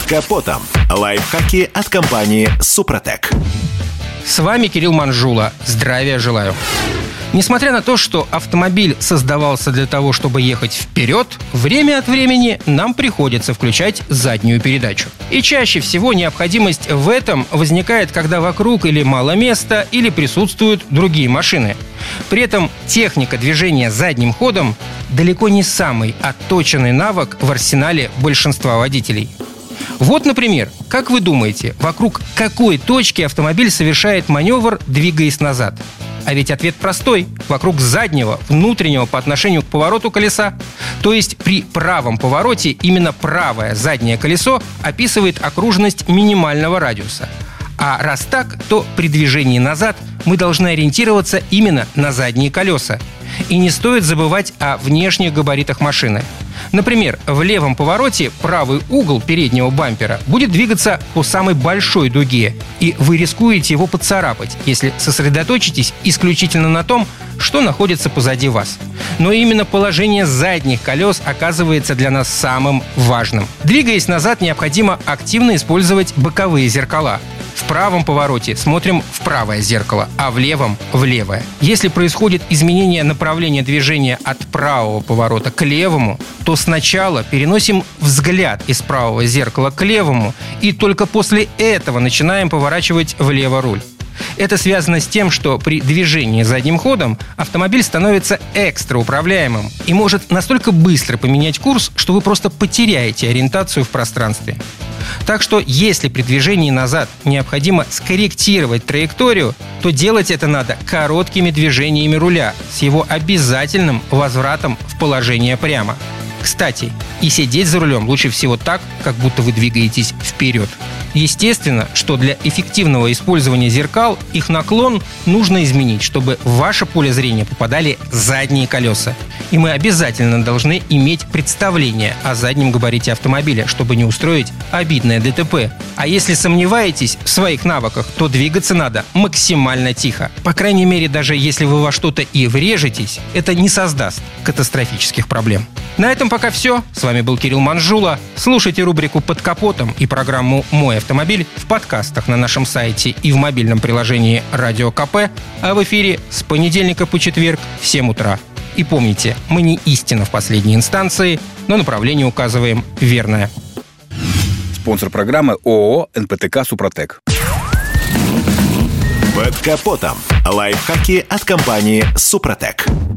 капотом. Лайфхаки от компании «Супротек». С вами Кирилл Манжула. Здравия желаю. Несмотря на то, что автомобиль создавался для того, чтобы ехать вперед, время от времени нам приходится включать заднюю передачу. И чаще всего необходимость в этом возникает, когда вокруг или мало места, или присутствуют другие машины. При этом техника движения задним ходом далеко не самый отточенный навык в арсенале большинства водителей. Вот, например, как вы думаете, вокруг какой точки автомобиль совершает маневр, двигаясь назад? А ведь ответ простой. Вокруг заднего, внутреннего по отношению к повороту колеса. То есть при правом повороте именно правое заднее колесо описывает окружность минимального радиуса. А раз так, то при движении назад мы должны ориентироваться именно на задние колеса. И не стоит забывать о внешних габаритах машины. Например, в левом повороте правый угол переднего бампера будет двигаться по самой большой дуге, и вы рискуете его поцарапать, если сосредоточитесь исключительно на том, что находится позади вас. Но именно положение задних колес оказывается для нас самым важным. Двигаясь назад, необходимо активно использовать боковые зеркала. В правом повороте смотрим в правое зеркало, а в левом – в левое. Если происходит изменение направления движения от правого поворота к левому, то сначала переносим взгляд из правого зеркала к левому и только после этого начинаем поворачивать влево руль. Это связано с тем, что при движении задним ходом автомобиль становится экстра-управляемым и может настолько быстро поменять курс, что вы просто потеряете ориентацию в пространстве. Так что, если при движении назад необходимо скорректировать траекторию, то делать это надо короткими движениями руля с его обязательным возвратом в положение прямо. Кстати, и сидеть за рулем лучше всего так, как будто вы двигаетесь вперед. Естественно, что для эффективного использования зеркал их наклон нужно изменить, чтобы в ваше поле зрения попадали задние колеса. И мы обязательно должны иметь представление о заднем габарите автомобиля, чтобы не устроить обидное ДТП. А если сомневаетесь в своих навыках, то двигаться надо максимально тихо. По крайней мере, даже если вы во что-то и врежетесь, это не создаст катастрофических проблем. На этом пока все. С вами был Кирилл Манжула. Слушайте рубрику «Под капотом» и программу «Мой автомобиль» в подкастах на нашем сайте и в мобильном приложении «Радио КП», а в эфире с понедельника по четверг в 7 утра. И помните, мы не истина в последней инстанции, но направление указываем верное. Спонсор программы ООО «НПТК Супротек». Под капотом. Лайфхаки от компании «Супротек».